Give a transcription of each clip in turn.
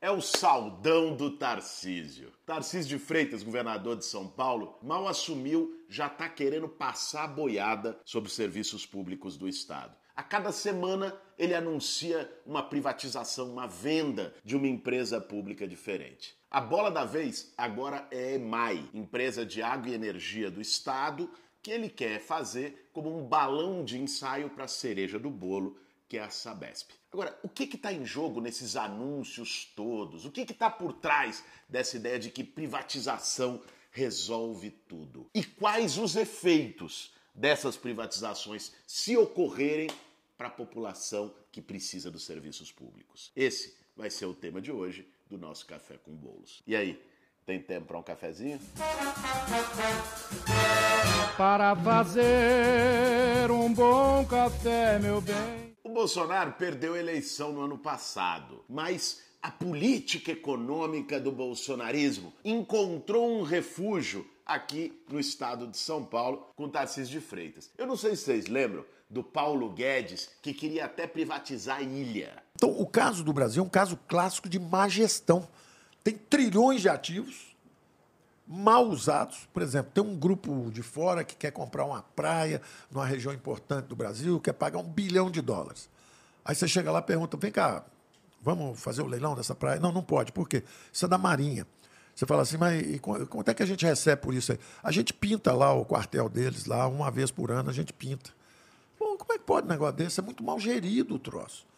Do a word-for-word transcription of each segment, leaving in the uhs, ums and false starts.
é o saldão do Tarcísio. Tarcísio de Freitas, governador de São Paulo, mal assumiu, já está querendo passar a boiada sobre os serviços públicos do Estado. A cada semana ele anuncia uma privatização, uma venda de uma empresa pública diferente. A bola da vez agora é a EMAI, empresa de água e energia do Estado, que ele quer fazer como um balão de ensaio para a cereja do bolo, que é a Sabesp. Agora, o que está em jogo nesses anúncios todos? O que está por trás dessa ideia de que privatização resolve tudo? E quais os efeitos dessas privatizações se ocorrerem para a população que precisa dos serviços públicos? Esse vai ser o tema de hoje do nosso Café com Bolos. E aí, tem tempo para um cafezinho? Para fazer um bom café, meu bem. O Bolsonaro perdeu a eleição no ano passado, mas a política econômica do bolsonarismo encontrou um refúgio aqui no estado de São Paulo com Tarcísio de Freitas. Eu não sei se vocês lembram do Paulo Guedes, que queria até privatizar a ilha. Então, o caso do Brasil é um caso clássico de má gestão. Tem trilhões de ativos mal usados. Por exemplo, tem um grupo de fora que quer comprar uma praia numa região importante do Brasil, quer pagar um bilhão de dólares. Aí você chega lá e pergunta, vem cá, vamos fazer o leilão dessa praia? Não, não pode. Por quê? Isso é da Marinha. Você fala assim, mas e quanto é que a gente recebe por isso aí? A gente pinta lá o quartel deles, lá uma vez por ano a gente pinta. Pô, como é que pode um negócio desse? É muito mal gerido o troço.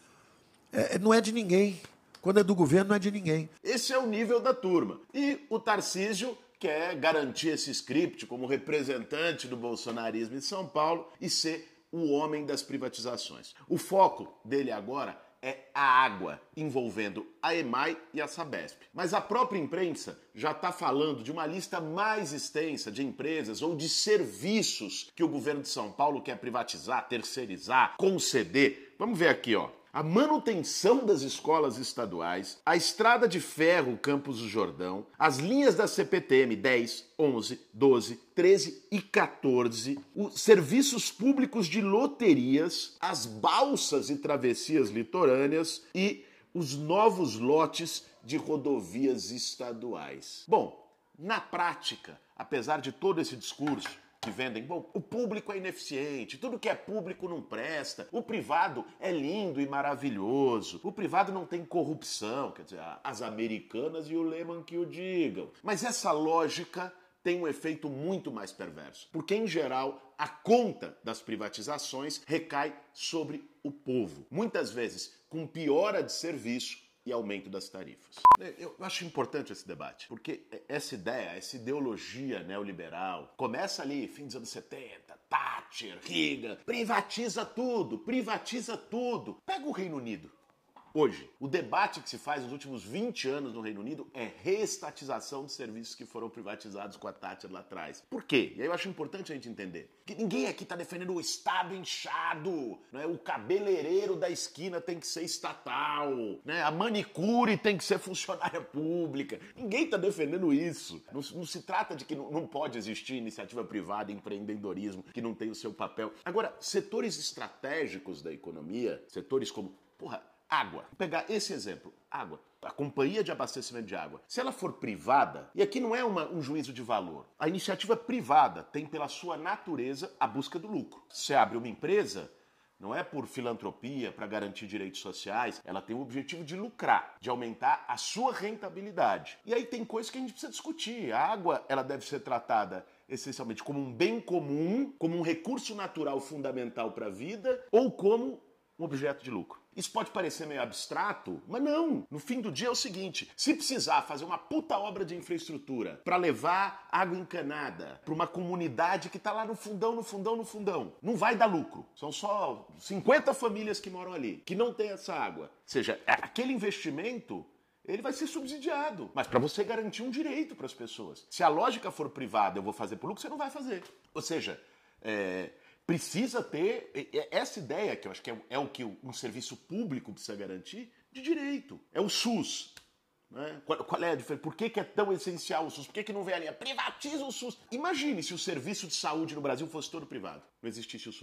É, não é de ninguém. Quando é do governo, não é de ninguém. Esse é o nível da turma. E o Tarcísio quer garantir esse script como representante do bolsonarismo em São Paulo e ser o homem das privatizações. O foco dele agora é a água, envolvendo a EMAI e a Sabesp. Mas a própria imprensa já está falando de uma lista mais extensa de empresas ou de serviços que o governo de São Paulo quer privatizar, terceirizar, conceder. Vamos ver aqui, ó. A manutenção das escolas estaduais, a estrada de ferro Campos do Jordão, as linhas da C P T M dez, onze, doze, treze e quatorze, os serviços públicos de loterias, as balsas e travessias litorâneas e os novos lotes de rodovias estaduais. Bom, na prática, apesar de todo esse discurso que vendem, bom, o público é ineficiente, tudo que é público não presta, o privado é lindo e maravilhoso, o privado não tem corrupção, quer dizer, as americanas e o Lehman que o digam. Mas essa lógica tem um efeito muito mais perverso, porque, em geral, a conta das privatizações recai sobre o povo, muitas vezes com piora de serviço e aumento das tarifas. Eu acho importante esse debate, porque essa ideia, essa ideologia neoliberal, começa ali, fim dos anos setenta, Thatcher, Reagan, privatiza tudo, privatiza tudo. Pega o Reino Unido. Hoje, o debate que se faz nos últimos vinte anos no Reino Unido é reestatização de serviços que foram privatizados com a Thatcher lá atrás. Por quê? E aí eu acho importante a gente entender que ninguém aqui está defendendo o Estado inchado, né? O cabeleireiro da esquina tem que ser estatal, né? A manicure tem que ser funcionária pública. Ninguém está defendendo isso. Não, não se trata de que não, não pode existir iniciativa privada, empreendedorismo, que não tem o seu papel. Agora, setores estratégicos da economia, setores como, porra, água. Vou pegar esse exemplo, água. A companhia de abastecimento de água, se ela for privada, e aqui não é uma, um juízo de valor, a iniciativa privada tem pela sua natureza a busca do lucro. Você abre uma empresa, não é por filantropia, para garantir direitos sociais, ela tem o objetivo de lucrar, de aumentar a sua rentabilidade. E aí tem coisas que a gente precisa discutir. A água, ela deve ser tratada essencialmente como um bem comum, como um recurso natural fundamental para a vida, ou como um objeto de lucro. Isso pode parecer meio abstrato, mas não. No fim do dia é o seguinte, se precisar fazer uma puta obra de infraestrutura para levar água encanada para uma comunidade que tá lá no fundão, no fundão, no fundão, não vai dar lucro. São só cinquenta famílias que moram ali, que não tem essa água. Ou seja, aquele investimento, ele vai ser subsidiado. Mas para você garantir um direito para as pessoas. Se a lógica for privada, eu vou fazer por lucro, você não vai fazer. Ou seja, é... precisa ter essa ideia, que eu acho que é, é o que um serviço público precisa garantir, de direito. É o SUS. Né? Qual, qual é a diferença? Por que, que é tão essencial o SUS? Por que, que não vem ali? Privatiza o SUS. Imagine se o serviço de saúde no Brasil fosse todo privado. Não existisse o SUS.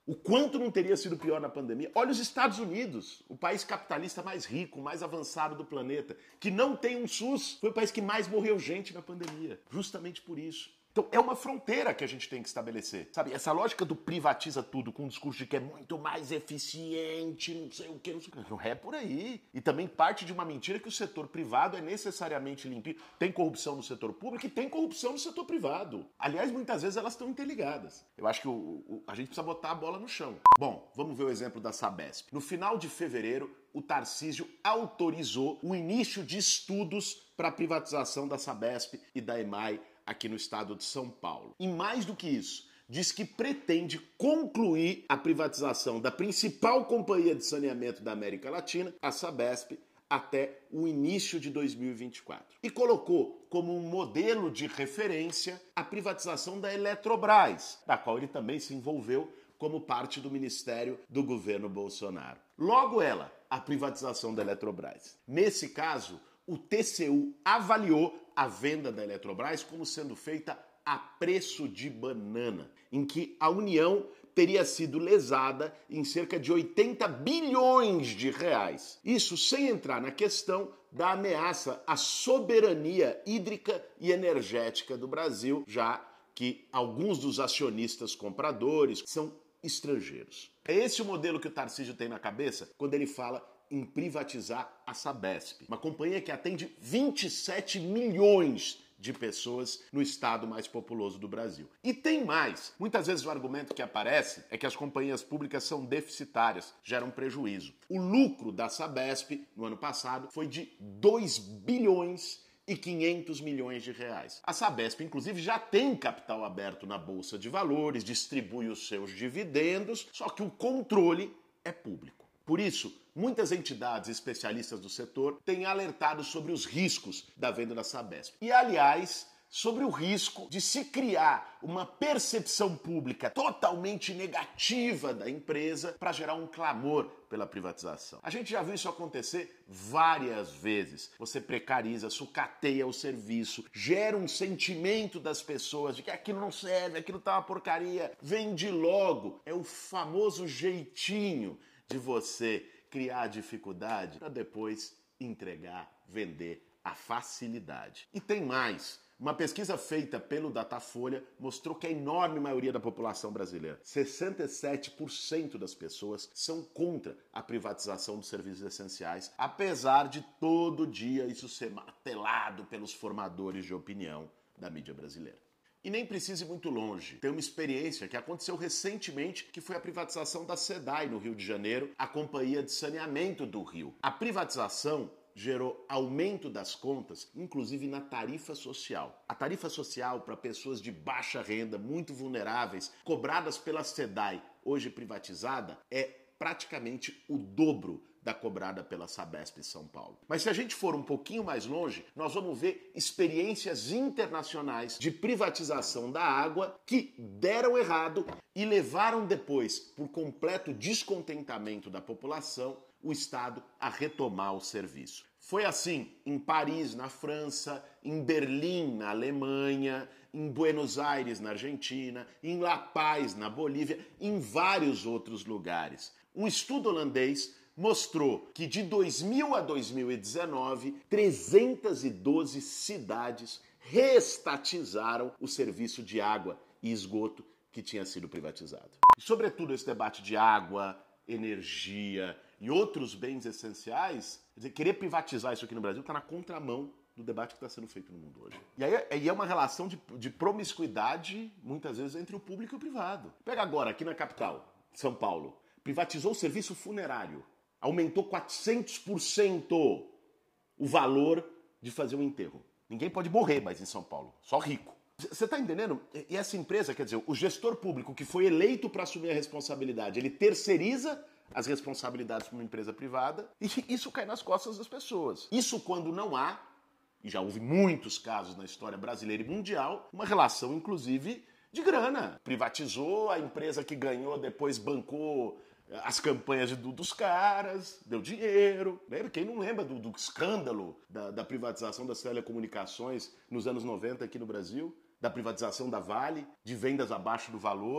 O quanto não teria sido pior na pandemia? Olha os Estados Unidos, o país capitalista mais rico, mais avançado do planeta, que não tem um SUS. Foi o país que mais morreu gente na pandemia, justamente por isso. Então é uma fronteira que a gente tem que estabelecer, sabe? Essa lógica do privatiza tudo com um discurso de que é muito mais eficiente, não sei o que, não sei o que. Não é por aí. E também parte de uma mentira que o setor privado é necessariamente limpinho. Tem corrupção no setor público e tem corrupção no setor privado. Aliás, muitas vezes elas estão interligadas. Eu acho que o, o, a gente precisa botar a bola no chão. Bom, vamos ver o exemplo da Sabesp. No final de fevereiro, o Tarcísio autorizou o início de estudos para a privatização da Sabesp e da EMAI aqui no estado de São Paulo. E mais do que isso, diz que pretende concluir a privatização da principal companhia de saneamento da América Latina, a Sabesp, até o início de dois mil e vinte e quatro. E colocou como um modelo de referência a privatização da Eletrobras, da qual ele também se envolveu como parte do ministério do governo Bolsonaro. Logo ela, a privatização da Eletrobras. Nesse caso, o T C U avaliou a venda da Eletrobras como sendo feita a preço de banana, em que a União teria sido lesada em cerca de oitenta bilhões de reais. Isso sem entrar na questão da ameaça à soberania hídrica e energética do Brasil, já que alguns dos acionistas compradores são estrangeiros. É esse o modelo que o Tarcísio tem na cabeça quando ele fala em privatizar a Sabesp, uma companhia que atende vinte e sete milhões de pessoas no estado mais populoso do Brasil. E tem mais. Muitas vezes o argumento que aparece é que as companhias públicas são deficitárias, geram prejuízo. O lucro da Sabesp no ano passado foi de dois bilhões e quinhentos milhões de reais. A Sabesp, inclusive, já tem capital aberto na Bolsa de Valores, distribui os seus dividendos, só que o controle é público. Por isso, muitas entidades especialistas do setor têm alertado sobre os riscos da venda da Sabesp. E, aliás, sobre o risco de se criar uma percepção pública totalmente negativa da empresa para gerar um clamor pela privatização. A gente já viu isso acontecer várias vezes. Você precariza, sucateia o serviço, gera um sentimento das pessoas de que aquilo não serve, aquilo tá uma porcaria, vende logo. É o famoso jeitinho de você criar dificuldade para depois entregar, vender a facilidade. E tem mais. Uma pesquisa feita pelo Datafolha mostrou que a enorme maioria da população brasileira, sessenta e sete por cento das pessoas, são contra a privatização dos serviços essenciais, apesar de todo dia isso ser martelado pelos formadores de opinião da mídia brasileira. E nem precisa ir muito longe. Tem uma experiência que aconteceu recentemente, que foi a privatização da SEDAI no Rio de Janeiro, a Companhia de Saneamento do Rio. A privatização gerou aumento das contas, inclusive na tarifa social. A tarifa social para pessoas de baixa renda, muito vulneráveis, cobradas pela SEDAI, hoje privatizada, é praticamente o dobro da cobrada pela Sabesp em São Paulo. Mas se a gente for um pouquinho mais longe, nós vamos ver experiências internacionais de privatização da água que deram errado e levaram depois, por completo descontentamento da população, o Estado a retomar o serviço. Foi assim em Paris, na França, em Berlim, na Alemanha, em Buenos Aires, na Argentina, em La Paz, na Bolívia, em vários outros lugares. Um estudo holandês mostrou que de dois mil a dois mil e dezenove, trezentas e doze cidades reestatizaram o serviço de água e esgoto que tinha sido privatizado. E, sobretudo, esse debate de água, energia e outros bens essenciais, quer dizer, querer privatizar isso aqui no Brasil está na contramão do debate que está sendo feito no mundo hoje. E aí, aí é uma relação de, de promiscuidade, muitas vezes, entre o público e o privado. Pega agora, aqui na capital, São Paulo, privatizou o serviço funerário. Aumentou quatrocentos por cento o valor de fazer um enterro. Ninguém pode morrer mais em São Paulo, só rico. Você está entendendo? E essa empresa, quer dizer, o gestor público que foi eleito para assumir a responsabilidade, ele terceiriza as responsabilidades para uma empresa privada e isso cai nas costas das pessoas. Isso quando não há, e já houve muitos casos na história brasileira e mundial, uma relação, inclusive, de grana. Privatizou, a empresa que ganhou depois bancou as campanhas de, dos caras, deu dinheiro. Lembra? Quem não lembra do, do escândalo da, da privatização das telecomunicações nos anos noventa aqui no Brasil? Da privatização da Vale, de vendas abaixo do valor,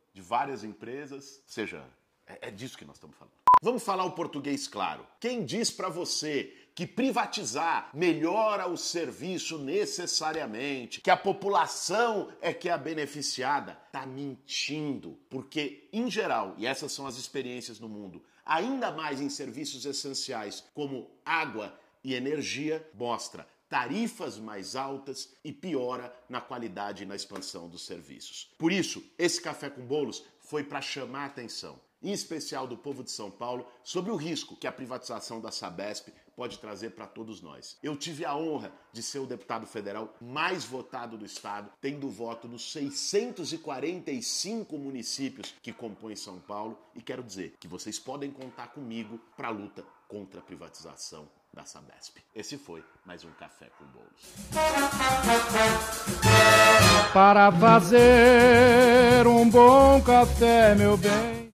de várias empresas, ou seja, é, é disso que nós estamos falando. Vamos falar o português claro. Quem diz para você que privatizar melhora o serviço necessariamente, que a população é que é a beneficiada, tá mentindo. Porque, em geral, e essas são as experiências no mundo, ainda mais em serviços essenciais como água e energia, mostra tarifas mais altas e piora na qualidade e na expansão dos serviços. Por isso, esse Café com Bolos foi para chamar a atenção, em especial do povo de São Paulo, sobre o risco que a privatização da Sabesp pode trazer para todos nós. Eu tive a honra de ser o deputado federal mais votado do estado, tendo voto nos seiscentos e quarenta e cinco municípios que compõem São Paulo, e quero dizer que vocês podem contar comigo para a luta contra a privatização da Sabesp. Esse foi mais um Café com Bolos. Para fazer um bom café, meu bem.